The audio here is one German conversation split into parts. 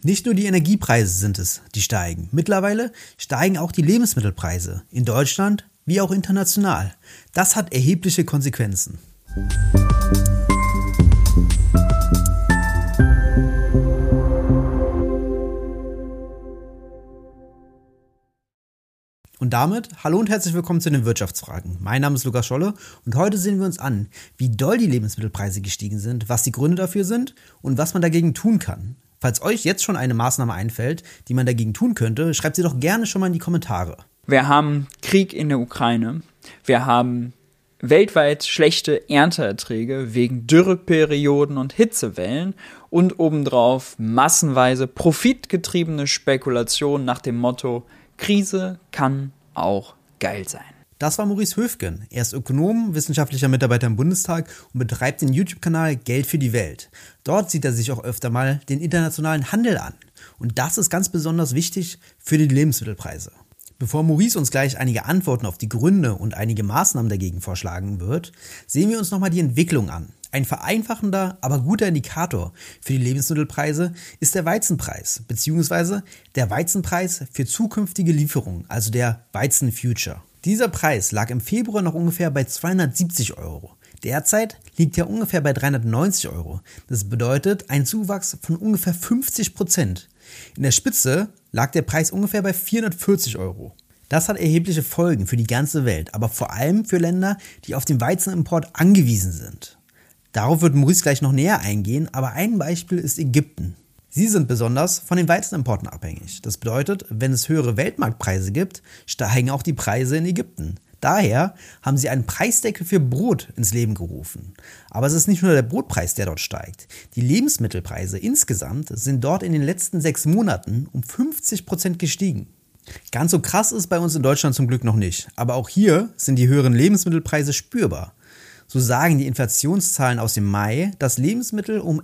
Nicht nur die Energiepreise sind es, die steigen. Mittlerweile steigen auch die Lebensmittelpreise, in Deutschland wie auch international. Das hat erhebliche Konsequenzen. Und damit, hallo und herzlich willkommen zu den Wirtschaftsfragen. Mein Name ist Lukas Scholle und heute sehen wir uns an, wie doll die Lebensmittelpreise gestiegen sind, was die Gründe dafür sind und was man dagegen tun kann. Falls euch jetzt schon eine Maßnahme einfällt, die man dagegen tun könnte, schreibt sie doch gerne schon mal in die Kommentare. Wir haben Krieg in der Ukraine, wir haben weltweit schlechte Ernteerträge wegen Dürreperioden und Hitzewellen und obendrauf massenweise profitgetriebene Spekulationen nach dem Motto, Krise kann auch geil sein. Das war Maurice Höfgen. Er ist Ökonom, wissenschaftlicher Mitarbeiter im Bundestag und betreibt den YouTube-Kanal Geld für die Welt. Dort sieht er sich auch öfter mal den internationalen Handel an. Und das ist ganz besonders wichtig für die Lebensmittelpreise. Bevor Maurice uns gleich einige Antworten auf die Gründe und einige Maßnahmen dagegen vorschlagen wird, sehen wir uns nochmal die Entwicklung an. Ein vereinfachender, aber guter Indikator für die Lebensmittelpreise ist der Weizenpreis, beziehungsweise der Weizenpreis für zukünftige Lieferungen, also der Weizen-Future. Dieser Preis lag im Februar noch ungefähr bei 270 Euro. Derzeit liegt er ungefähr bei 390 Euro. Das bedeutet einen Zuwachs von ungefähr 50%. In der Spitze lag der Preis ungefähr bei 440 Euro. Das hat erhebliche Folgen für die ganze Welt, aber vor allem für Länder, die auf den Weizenimport angewiesen sind. Darauf wird Maurice gleich noch näher eingehen, aber ein Beispiel ist Ägypten. Sie sind besonders von den Weizenimporten abhängig. Das bedeutet, wenn es höhere Weltmarktpreise gibt, steigen auch die Preise in Ägypten. Daher haben sie einen Preisdeckel für Brot ins Leben gerufen. Aber es ist nicht nur der Brotpreis, der dort steigt. Die Lebensmittelpreise insgesamt sind dort in den letzten 6 Monaten um 50% gestiegen. Ganz so krass ist es bei uns in Deutschland zum Glück noch nicht. Aber auch hier sind die höheren Lebensmittelpreise spürbar. So sagen die Inflationszahlen aus dem Mai, dass Lebensmittel um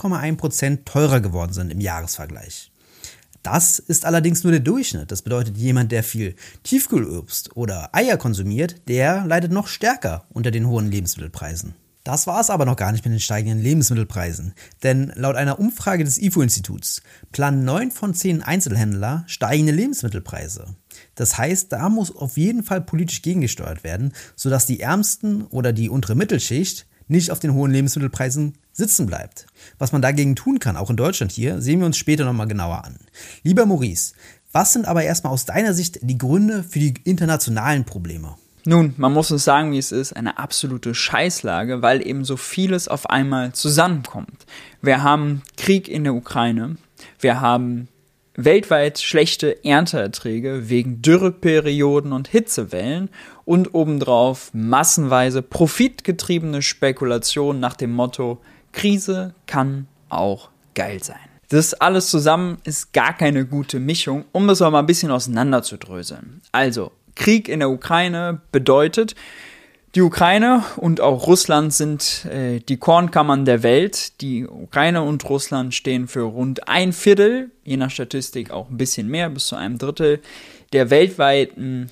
11,1% teurer geworden sind im Jahresvergleich. Das ist allerdings nur der Durchschnitt. Das bedeutet, jemand, der viel Tiefkühlobst oder Eier konsumiert, der leidet noch stärker unter den hohen Lebensmittelpreisen. Das war es aber noch gar nicht mit den steigenden Lebensmittelpreisen. Denn laut einer Umfrage des IFO-Instituts planen 9 von 10 Einzelhändler steigende Lebensmittelpreise. Das heißt, da muss auf jeden Fall politisch gegengesteuert werden, sodass die Ärmsten oder die untere Mittelschicht nicht auf den hohen Lebensmittelpreisen sitzen bleibt. Was man dagegen tun kann, auch in Deutschland hier, sehen wir uns später nochmal genauer an. Lieber Maurice, was sind aber erstmal aus deiner Sicht die Gründe für die internationalen Probleme? Nun, man muss es sagen, wie es ist, eine absolute Scheißlage, weil eben so vieles auf einmal zusammenkommt. Wir haben Krieg in der Ukraine, wir haben weltweit schlechte Ernteerträge wegen Dürreperioden und Hitzewellen und obendrauf massenweise profitgetriebene Spekulationen nach dem Motto, Krise kann auch geil sein. Das alles zusammen ist gar keine gute Mischung, um das aber mal ein bisschen auseinanderzudröseln. Also, Krieg in der Ukraine bedeutet, die Ukraine und auch Russland sind die Kornkammern der Welt. Die Ukraine und Russland stehen für rund 1/4, je nach Statistik auch ein bisschen mehr, bis zu 1/3 der weltweiten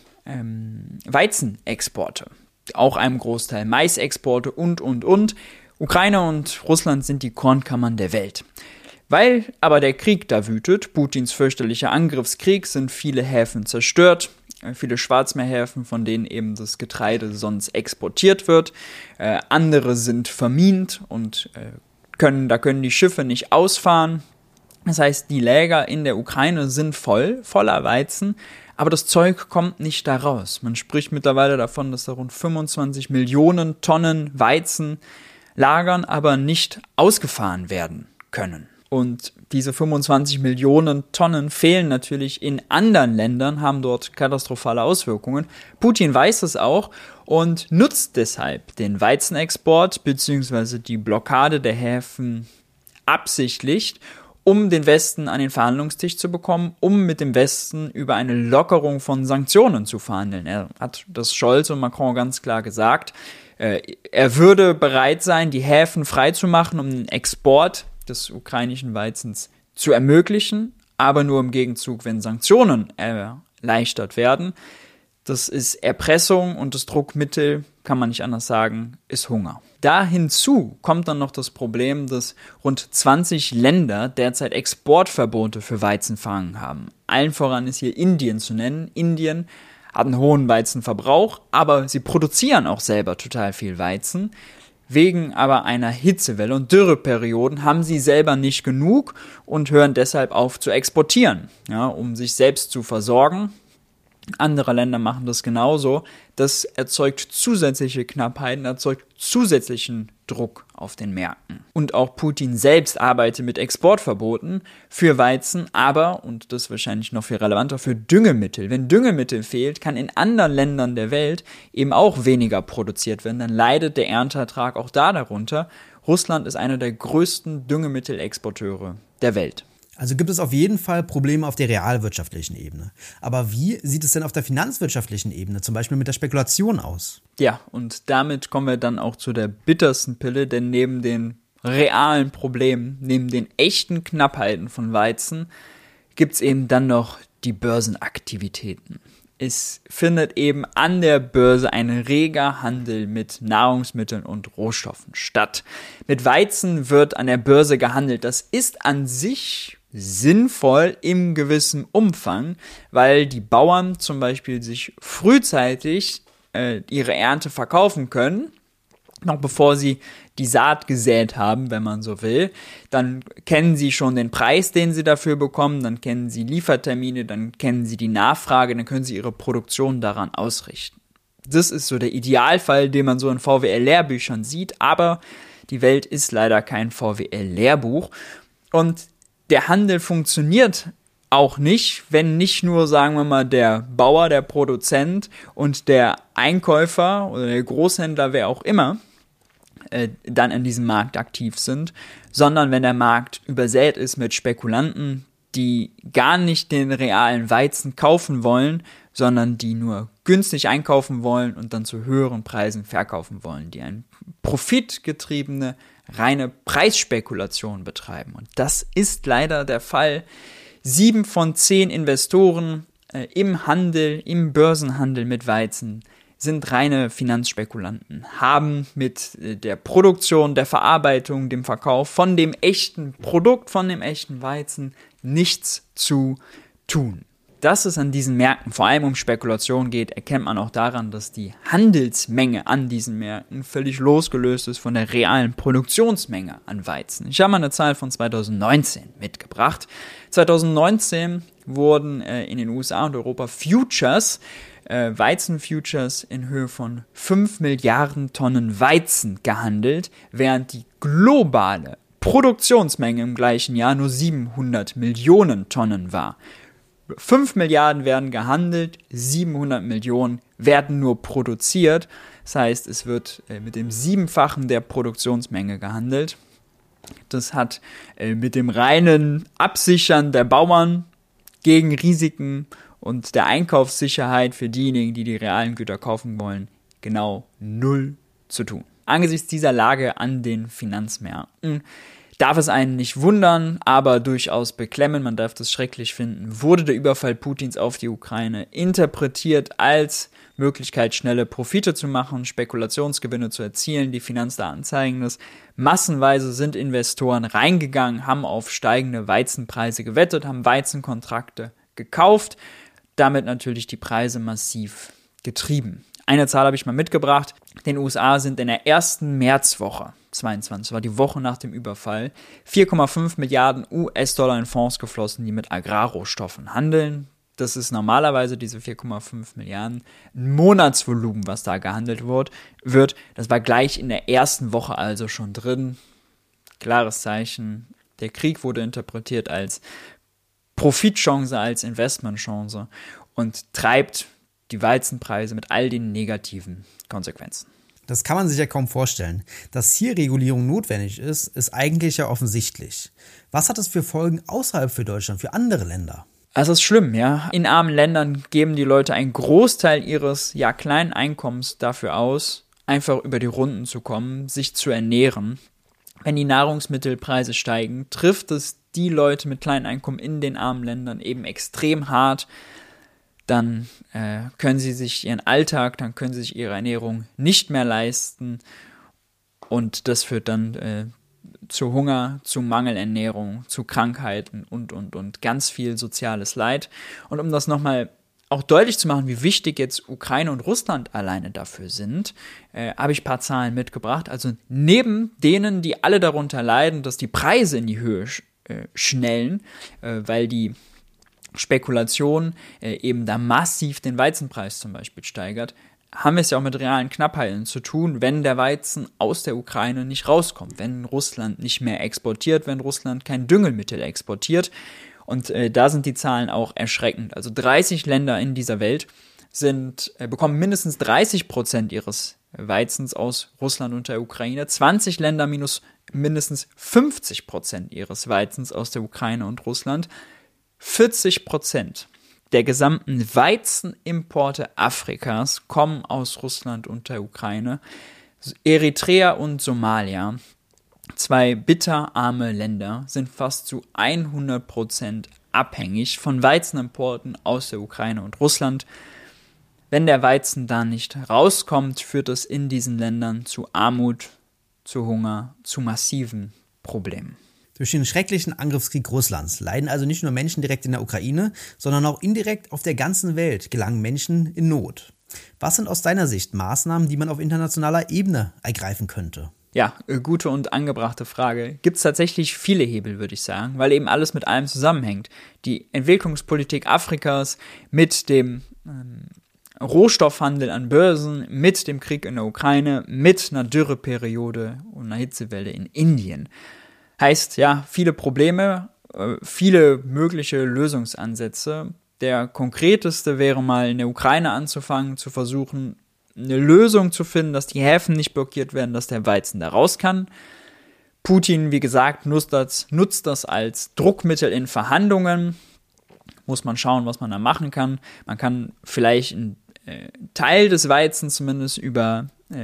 Weizenexporte. Auch einem Großteil Maisexporte und. Ukraine und Russland sind die Kornkammern der Welt. Weil aber der Krieg da wütet, Putins fürchterlicher Angriffskrieg, sind viele Häfen zerstört. Viele Schwarzmeerhäfen, von denen eben das Getreide sonst exportiert wird. Andere sind vermint und da können die Schiffe nicht ausfahren. Das heißt, die Läger in der Ukraine sind voller Weizen, aber das Zeug kommt nicht da raus. Man spricht mittlerweile davon, dass da rund 25 Millionen Tonnen Weizen lagern, aber nicht ausgefahren werden können. Und diese 25 Millionen Tonnen fehlen natürlich in anderen Ländern, haben dort katastrophale Auswirkungen. Putin weiß das auch und nutzt deshalb den Weizenexport bzw. die Blockade der Häfen absichtlich, um den Westen an den Verhandlungstisch zu bekommen, um mit dem Westen über eine Lockerung von Sanktionen zu verhandeln. Er hat das Scholz und Macron ganz klar gesagt. Er würde bereit sein, die Häfen freizumachen, um den Export des ukrainischen Weizens zu ermöglichen, aber nur im Gegenzug, wenn Sanktionen erleichtert werden. Das ist Erpressung und das Druckmittel, kann man nicht anders sagen, ist Hunger. Da hinzu kommt dann noch das Problem, dass rund 20 Länder derzeit Exportverbote für Weizenfang haben. Allen voran ist hier Indien zu nennen. Indien hat einen hohen Weizenverbrauch, aber sie produzieren auch selber total viel Weizen. Wegen aber einer Hitzewelle und Dürreperioden haben sie selber nicht genug und hören deshalb auf zu exportieren, ja, um sich selbst zu versorgen. Andere Länder machen das genauso. Das erzeugt zusätzliche Knappheiten, erzeugt zusätzlichen Druck auf den Märkten. Und auch Putin selbst arbeitet mit Exportverboten für Weizen, aber, und das ist wahrscheinlich noch viel relevanter, für Düngemittel. Wenn Düngemittel fehlt, kann in anderen Ländern der Welt eben auch weniger produziert werden. Dann leidet der Ernteertrag auch da darunter. Russland ist einer der größten Düngemittelexporteure der Welt. Also gibt es auf jeden Fall Probleme auf der realwirtschaftlichen Ebene. Aber wie sieht es denn auf der finanzwirtschaftlichen Ebene, zum Beispiel mit der Spekulation aus? Ja, und damit kommen wir dann auch zu der bittersten Pille, denn neben den realen Problemen, neben den echten Knappheiten von Weizen, gibt es eben dann noch die Börsenaktivitäten. Es findet eben an der Börse ein reger Handel mit Nahrungsmitteln und Rohstoffen statt. Mit Weizen wird an der Börse gehandelt. Das ist an sich sinnvoll im gewissen Umfang, weil die Bauern zum Beispiel sich frühzeitig ihre Ernte verkaufen können, noch bevor sie die Saat gesät haben, wenn man so will. Dann kennen sie schon den Preis, den sie dafür bekommen, dann kennen sie Liefertermine, dann kennen sie die Nachfrage, dann können sie ihre Produktion daran ausrichten. Das ist so der Idealfall, den man so in VWL-Lehrbüchern sieht, aber die Welt ist leider kein VWL-Lehrbuch und der Handel funktioniert auch nicht, wenn nicht nur, sagen wir mal, der Bauer, der Produzent und der Einkäufer oder der Großhändler, wer auch immer, dann in diesem Markt aktiv sind, sondern wenn der Markt übersät ist mit Spekulanten, die gar nicht den realen Weizen kaufen wollen, sondern die nur günstig einkaufen wollen und dann zu höheren Preisen verkaufen wollen, die eine profitgetriebene, reine Preisspekulation betreiben. Und das ist leider der Fall. 7 von 10 Investoren im Handel, im Börsenhandel mit Weizen sind reine Finanzspekulanten, haben mit der Produktion, der Verarbeitung, dem Verkauf von dem echten Produkt, von dem echten Weizen nichts zu tun. Dass es an diesen Märkten vor allem um Spekulation geht, erkennt man auch daran, dass die Handelsmenge an diesen Märkten völlig losgelöst ist von der realen Produktionsmenge an Weizen. Ich habe mal eine Zahl von 2019 mitgebracht. 2019 wurden in den USA und Europa Futures, Weizenfutures in Höhe von 5 Milliarden Tonnen Weizen gehandelt, während die globale Produktionsmenge im gleichen Jahr nur 700 Millionen Tonnen war. 5 Milliarden werden gehandelt, 700 Millionen werden nur produziert. Das heißt, es wird mit dem 7-fachen der Produktionsmenge gehandelt. Das hat mit dem reinen Absichern der Bauern gegen Risiken und der Einkaufssicherheit für diejenigen, die die realen Güter kaufen wollen, genau 0 zu tun. Angesichts dieser Lage an den Finanzmärkten darf es einen nicht wundern, aber durchaus beklemmen, man darf das schrecklich finden, wurde der Überfall Putins auf die Ukraine interpretiert als Möglichkeit, schnelle Profite zu machen, Spekulationsgewinne zu erzielen. Die Finanzdaten zeigen das. Massenweise sind Investoren reingegangen, haben auf steigende Weizenpreise gewettet, haben Weizenkontrakte gekauft, damit natürlich die Preise massiv getrieben. Eine Zahl habe ich mal mitgebracht. In den USA sind in der ersten Märzwoche 22, war die Woche nach dem Überfall, 4,5 Milliarden US-Dollar in Fonds geflossen, die mit Agrarrohstoffen handeln. Das ist normalerweise diese 4,5 Milliarden ein Monatsvolumen, was da gehandelt wird. Das war gleich in der ersten Woche also schon drin. Klares Zeichen. Der Krieg wurde interpretiert als Profitchance, als Investmentchance und treibt die Weizenpreise mit all den negativen Konsequenzen. Das kann man sich ja kaum vorstellen. Dass hier Regulierung notwendig ist, ist eigentlich ja offensichtlich. Was hat das für Folgen außerhalb für Deutschland, für andere Länder? Also es ist schlimm, ja. In armen Ländern geben die Leute einen Großteil ihres kleinen Einkommens dafür aus, einfach über die Runden zu kommen, sich zu ernähren. Wenn die Nahrungsmittelpreise steigen, trifft es die Leute mit kleinen Einkommen in den armen Ländern eben extrem hart. dann können sie sich ihren Alltag, dann können sie sich ihre Ernährung nicht mehr leisten und das führt dann zu Hunger, zu Mangelernährung, zu Krankheiten und ganz viel soziales Leid. Und um das nochmal auch deutlich zu machen, wie wichtig jetzt Ukraine und Russland alleine dafür sind, habe ich ein paar Zahlen mitgebracht. Also neben denen, die alle darunter leiden, dass die Preise in die Höhe schnellen, weil die Spekulation eben da massiv den Weizenpreis zum Beispiel steigert, haben wir es ja auch mit realen Knappheiten zu tun, wenn der Weizen aus der Ukraine nicht rauskommt, wenn Russland nicht mehr exportiert, wenn Russland kein Düngemittel exportiert. Und da sind die Zahlen auch erschreckend. Also 30 Länder in dieser Welt bekommen mindestens 30% ihres Weizens aus Russland und der Ukraine. 20 Länder mindestens 50% ihres Weizens aus der Ukraine und Russland. 40% der gesamten Weizenimporte Afrikas kommen aus Russland und der Ukraine. Eritrea und Somalia, zwei bitterarme Länder, sind fast zu 100% abhängig von Weizenimporten aus der Ukraine und Russland. Wenn der Weizen da nicht rauskommt, führt es in diesen Ländern zu Armut, zu Hunger, zu massiven Problemen. Durch den schrecklichen Angriffskrieg Russlands leiden also nicht nur Menschen direkt in der Ukraine, sondern auch indirekt auf der ganzen Welt gelangen Menschen in Not. Was sind aus deiner Sicht Maßnahmen, die man auf internationaler Ebene ergreifen könnte? Ja, gute und angebrachte Frage. Gibt es tatsächlich viele Hebel, würde ich sagen, weil eben alles mit allem zusammenhängt. Die Entwicklungspolitik Afrikas mit dem Rohstoffhandel an Börsen, mit dem Krieg in der Ukraine, mit einer Dürreperiode und einer Hitzewelle in Indien. Heißt, ja, viele Probleme, viele mögliche Lösungsansätze. Der konkreteste wäre mal in der Ukraine anzufangen, zu versuchen, eine Lösung zu finden, dass die Häfen nicht blockiert werden, dass der Weizen da raus kann. Putin, wie gesagt, nutzt das als Druckmittel in Verhandlungen. Muss man schauen, was man da machen kann. Man kann vielleicht einen Teil des Weizens zumindest über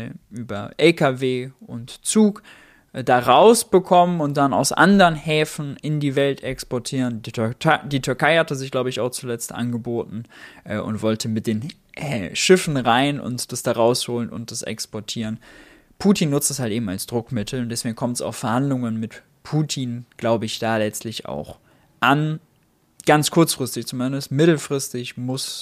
LKW und Zug da rausbekommen und dann aus anderen Häfen in die Welt exportieren. Die Türkei hatte sich, glaube ich, auch zuletzt angeboten und wollte mit den Schiffen rein und das da rausholen und das exportieren. Putin nutzt es halt eben als Druckmittel und deswegen kommt es auf Verhandlungen mit Putin, glaube ich, da letztlich auch an. Ganz kurzfristig zumindest, mittelfristig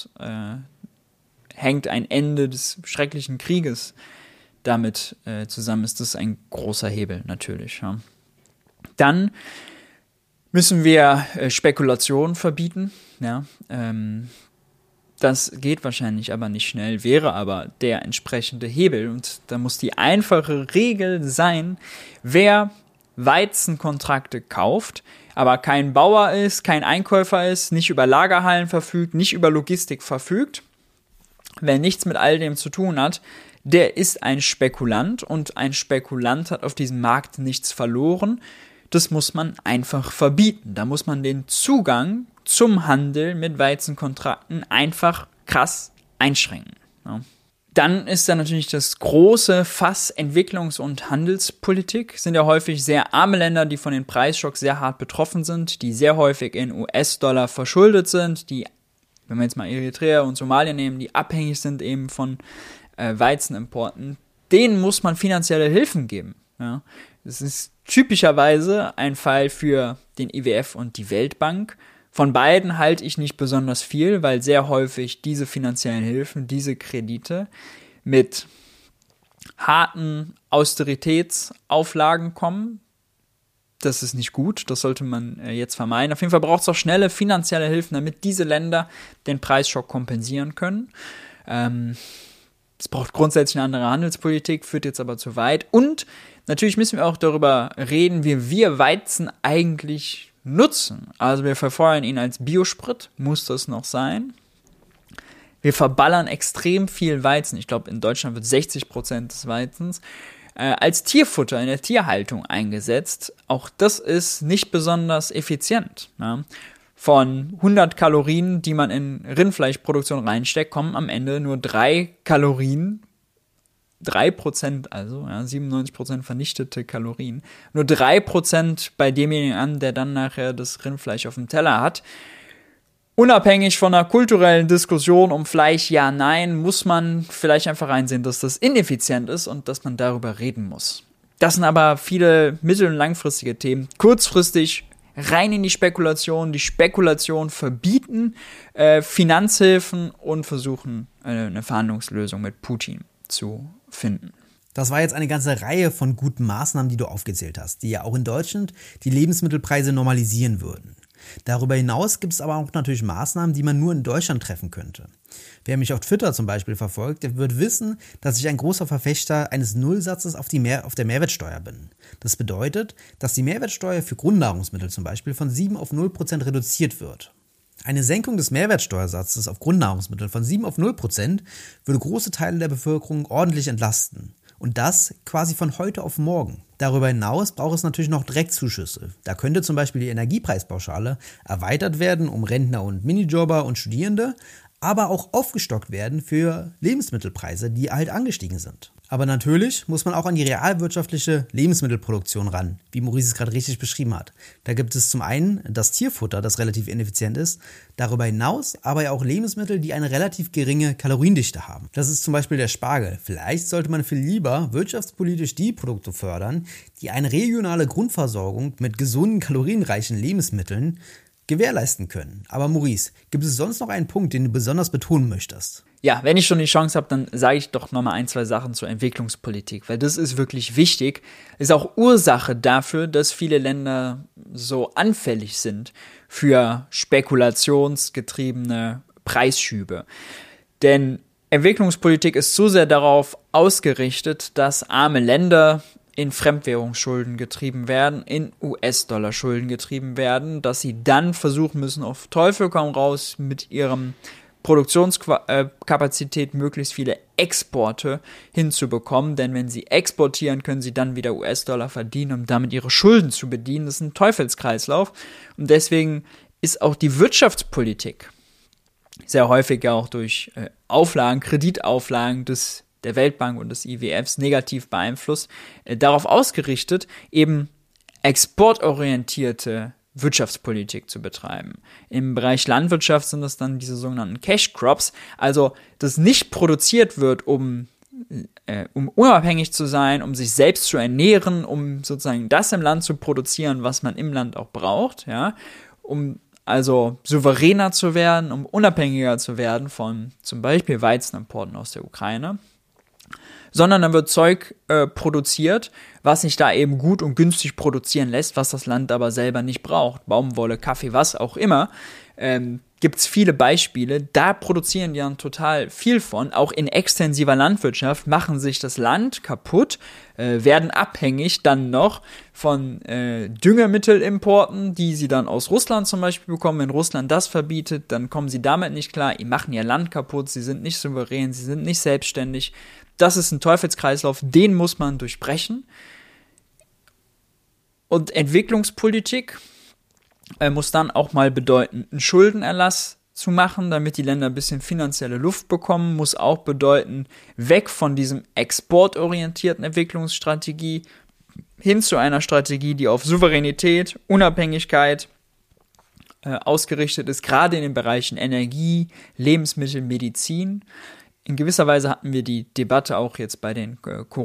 hängt ein Ende des schrecklichen Krieges damit zusammen, ist das ein großer Hebel natürlich. Ja. Dann müssen wir Spekulation verbieten. Ja. Das geht wahrscheinlich aber nicht schnell, wäre aber der entsprechende Hebel. Und da muss die einfache Regel sein, wer Weizenkontrakte kauft, aber kein Bauer ist, kein Einkäufer ist, nicht über Lagerhallen verfügt, nicht über Logistik verfügt, wer nichts mit all dem zu tun hat, der ist ein Spekulant und ein Spekulant hat auf diesem Markt nichts verloren. Das muss man einfach verbieten. Da muss man den Zugang zum Handel mit Weizenkontrakten einfach krass einschränken. Ja. Dann ist da natürlich das große Fass Entwicklungs- und Handelspolitik. Sind ja häufig sehr arme Länder, die von den Preisschocks sehr hart betroffen sind, die sehr häufig in US-Dollar verschuldet sind, die, wenn wir jetzt mal Eritrea und Somalia nehmen, die abhängig sind eben von Weizenimporten, denen muss man finanzielle Hilfen geben. Ja. Das ist typischerweise ein Fall für den IWF und die Weltbank. Von beiden halte ich nicht besonders viel, weil sehr häufig diese finanziellen Hilfen, diese Kredite mit harten Austeritätsauflagen kommen. Das ist nicht gut, das sollte man jetzt vermeiden. Auf jeden Fall braucht es auch schnelle finanzielle Hilfen, damit diese Länder den Preisschock kompensieren können. Es braucht grundsätzlich eine andere Handelspolitik, führt jetzt aber zu weit. Und natürlich müssen wir auch darüber reden, wie wir Weizen eigentlich nutzen. Also wir verfeuern ihn als Biosprit, muss das noch sein. Wir verballern extrem viel Weizen. Ich glaube, in Deutschland wird 60% des Weizens als Tierfutter in der Tierhaltung eingesetzt. Auch das ist nicht besonders effizient. Ja. Von 100 Kalorien, die man in Rindfleischproduktion reinsteckt, kommen am Ende nur 3 Kalorien, 3%, also ja, 97% vernichtete Kalorien, nur 3% bei demjenigen an, der dann nachher das Rindfleisch auf dem Teller hat. Unabhängig von einer kulturellen Diskussion um Fleisch, ja, nein, muss man vielleicht einfach einsehen, dass das ineffizient ist und dass man darüber reden muss. Das sind aber viele mittel- und langfristige Themen. Kurzfristig rein in die Spekulation verbieten, Finanzhilfen und versuchen, eine Verhandlungslösung mit Putin zu finden. Das war jetzt eine ganze Reihe von guten Maßnahmen, die du aufgezählt hast, die ja auch in Deutschland die Lebensmittelpreise normalisieren würden. Darüber hinaus gibt es aber auch natürlich Maßnahmen, die man nur in Deutschland treffen könnte. Wer mich auf Twitter zum Beispiel verfolgt, der wird wissen, dass ich ein großer Verfechter eines Nullsatzes auf der Mehrwertsteuer bin. Das bedeutet, dass die Mehrwertsteuer für Grundnahrungsmittel zum Beispiel von 7 auf 0% reduziert wird. Eine Senkung des Mehrwertsteuersatzes auf Grundnahrungsmittel von 7 auf 0% würde große Teile der Bevölkerung ordentlich entlasten. Und das quasi von heute auf morgen. Darüber hinaus braucht es natürlich noch Direktzuschüsse. Da könnte zum Beispiel die Energiepreispauschale erweitert werden um Rentner und Minijobber und Studierende, aber auch aufgestockt werden für Lebensmittelpreise, die halt angestiegen sind. Aber natürlich muss man auch an die realwirtschaftliche Lebensmittelproduktion ran, wie Maurice es gerade richtig beschrieben hat. Da gibt es zum einen das Tierfutter, das relativ ineffizient ist, darüber hinaus aber ja auch Lebensmittel, die eine relativ geringe Kaloriendichte haben. Das ist zum Beispiel der Spargel. Vielleicht sollte man viel lieber wirtschaftspolitisch die Produkte fördern, die eine regionale Grundversorgung mit gesunden, kalorienreichen Lebensmitteln gewährleisten können. Aber Maurice, gibt es sonst noch einen Punkt, den du besonders betonen möchtest? Ja, wenn ich schon die Chance habe, dann sage ich doch nochmal 1, 2 Sachen zur Entwicklungspolitik, weil das ist wirklich wichtig. Ist auch Ursache dafür, dass viele Länder so anfällig sind für spekulationsgetriebene Preisschübe. Denn Entwicklungspolitik ist so sehr darauf ausgerichtet, dass arme Länder in Fremdwährungsschulden getrieben werden, in US-Dollar-Schulden getrieben werden, dass sie dann versuchen müssen, auf Teufel komm raus mit ihrem Produktionskapazität möglichst viele Exporte hinzubekommen, denn wenn sie exportieren, können sie dann wieder US-Dollar verdienen, um damit ihre Schulden zu bedienen. Das ist ein Teufelskreislauf und deswegen ist auch die Wirtschaftspolitik sehr häufig ja auch durch Auflagen, Kreditauflagen der Weltbank und des IWFs negativ beeinflusst, darauf ausgerichtet, eben exportorientierte Wirtschaftspolitik zu betreiben. Im Bereich Landwirtschaft sind das dann diese sogenannten Cash Crops, also das nicht produziert wird, um unabhängig zu sein, um sich selbst zu ernähren, um sozusagen das im Land zu produzieren, was man im Land auch braucht, ja, um also souveräner zu werden, um unabhängiger zu werden von zum Beispiel Weizenimporten aus der Ukraine, sondern dann wird Zeug produziert, was sich da eben gut und günstig produzieren lässt, was das Land aber selber nicht braucht. Baumwolle, Kaffee, was auch immer. Gibt es viele Beispiele. Da produzieren die dann total viel von. Auch in extensiver Landwirtschaft machen sich das Land kaputt, werden abhängig dann noch von Düngemittelimporten, die sie dann aus Russland zum Beispiel bekommen. Wenn Russland das verbietet, dann kommen sie damit nicht klar. Die machen ihr Land kaputt, sie sind nicht souverän, sie sind nicht selbstständig. Das ist ein Teufelskreislauf, den muss man durchbrechen. Und Entwicklungspolitik muss dann auch mal bedeuten, einen Schuldenerlass zu machen, damit die Länder ein bisschen finanzielle Luft bekommen, muss auch bedeuten, weg von diesem exportorientierten Entwicklungsstrategie hin zu einer Strategie, die auf Souveränität, Unabhängigkeit ausgerichtet ist, gerade in den Bereichen Energie, Lebensmittel, Medizin. In gewisser Weise hatten wir die Debatte auch jetzt bei den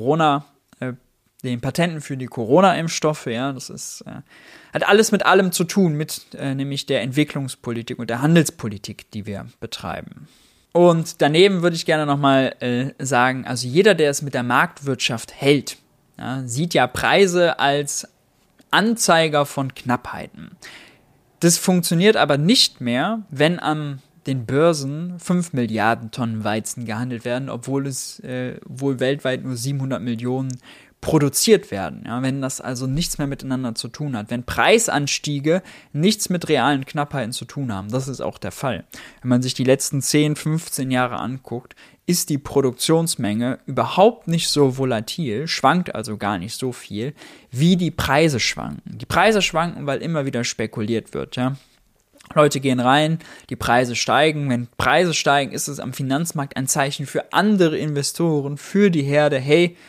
den Patenten für die Corona-Impfstoffe, ja, das ist, hat alles mit allem zu tun, mit nämlich der Entwicklungspolitik und der Handelspolitik, die wir betreiben. Und daneben würde ich gerne nochmal sagen, also jeder, der es mit der Marktwirtschaft hält, ja, sieht ja Preise als Anzeiger von Knappheiten. Das funktioniert aber nicht mehr, wenn an den Börsen 5 Milliarden Tonnen Weizen gehandelt werden, obwohl weltweit nur 700 Millionen produziert werden. Ja, wenn das also nichts mehr miteinander zu tun hat, wenn Preisanstiege nichts mit realen Knappheiten zu tun haben, das ist auch der Fall. Wenn man sich die letzten 10, 15 Jahre anguckt, ist die Produktionsmenge überhaupt nicht so volatil, schwankt also gar nicht so viel, wie die Preise schwanken. Die Preise schwanken, weil immer wieder spekuliert wird, ja. Leute gehen rein, die Preise steigen. Wenn Preise steigen, ist es am Finanzmarkt ein Zeichen für andere Investoren, für die Herde, hey,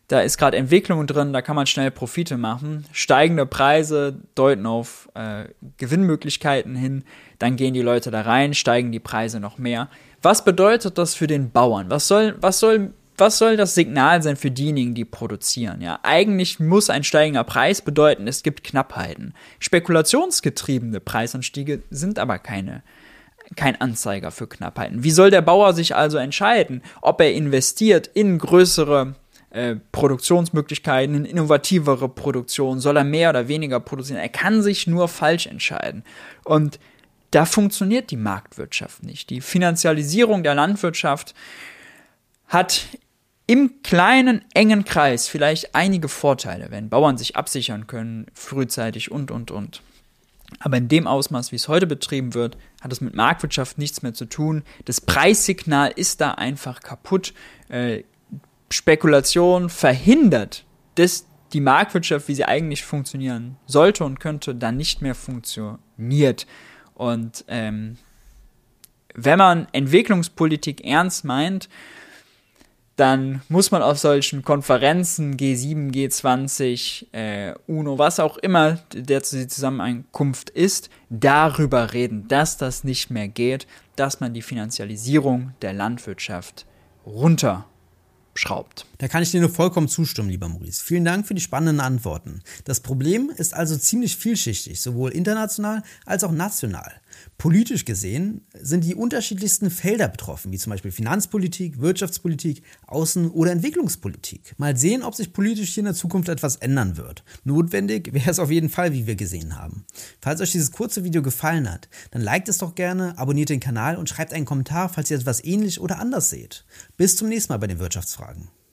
Da ist gerade Entwicklung drin, da kann man schnell Profite machen. Steigende Preise deuten auf Gewinnmöglichkeiten hin. Dann gehen die Leute da rein, steigen die Preise noch mehr. Was bedeutet das für den Bauern? Was soll das Signal sein für diejenigen, die produzieren? Ja, eigentlich muss ein steigender Preis bedeuten, es gibt Knappheiten. Spekulationsgetriebene Preisanstiege sind aber kein Anzeiger für Knappheiten. Wie soll der Bauer sich also entscheiden, ob er investiert in größere Produktionsmöglichkeiten, in innovativere Produktion? Soll er mehr oder weniger produzieren? Er kann sich nur falsch entscheiden. Und da funktioniert die Marktwirtschaft nicht. Die Finanzialisierung der Landwirtschaft hat im kleinen, engen Kreis vielleicht einige Vorteile, wenn Bauern sich absichern können, frühzeitig und. Aber in dem Ausmaß, wie es heute betrieben wird, hat es mit Marktwirtschaft nichts mehr zu tun. Das Preissignal ist da einfach kaputt. Spekulation verhindert, dass die Marktwirtschaft, wie sie eigentlich funktionieren sollte und könnte, dann nicht mehr funktioniert. Und wenn man Entwicklungspolitik ernst meint, dann muss man auf solchen Konferenzen, G7, G20, UNO, was auch immer der Zusammenkunft ist, darüber reden, dass das nicht mehr geht, dass man die Finanzialisierung der Landwirtschaft runterschraubt. Da kann ich dir nur vollkommen zustimmen, lieber Maurice. Vielen Dank für die spannenden Antworten. Das Problem ist also ziemlich vielschichtig, sowohl international als auch national. Politisch gesehen sind die unterschiedlichsten Felder betroffen, wie zum Beispiel Finanzpolitik, Wirtschaftspolitik, Außen- oder Entwicklungspolitik. Mal sehen, ob sich politisch hier in der Zukunft etwas ändern wird. Notwendig wäre es auf jeden Fall, wie wir gesehen haben. Falls euch dieses kurze Video gefallen hat, dann liked es doch gerne, abonniert den Kanal und schreibt einen Kommentar, falls ihr etwas ähnlich oder anders seht. Bis zum nächsten Mal bei den Wirtschaftsfragen.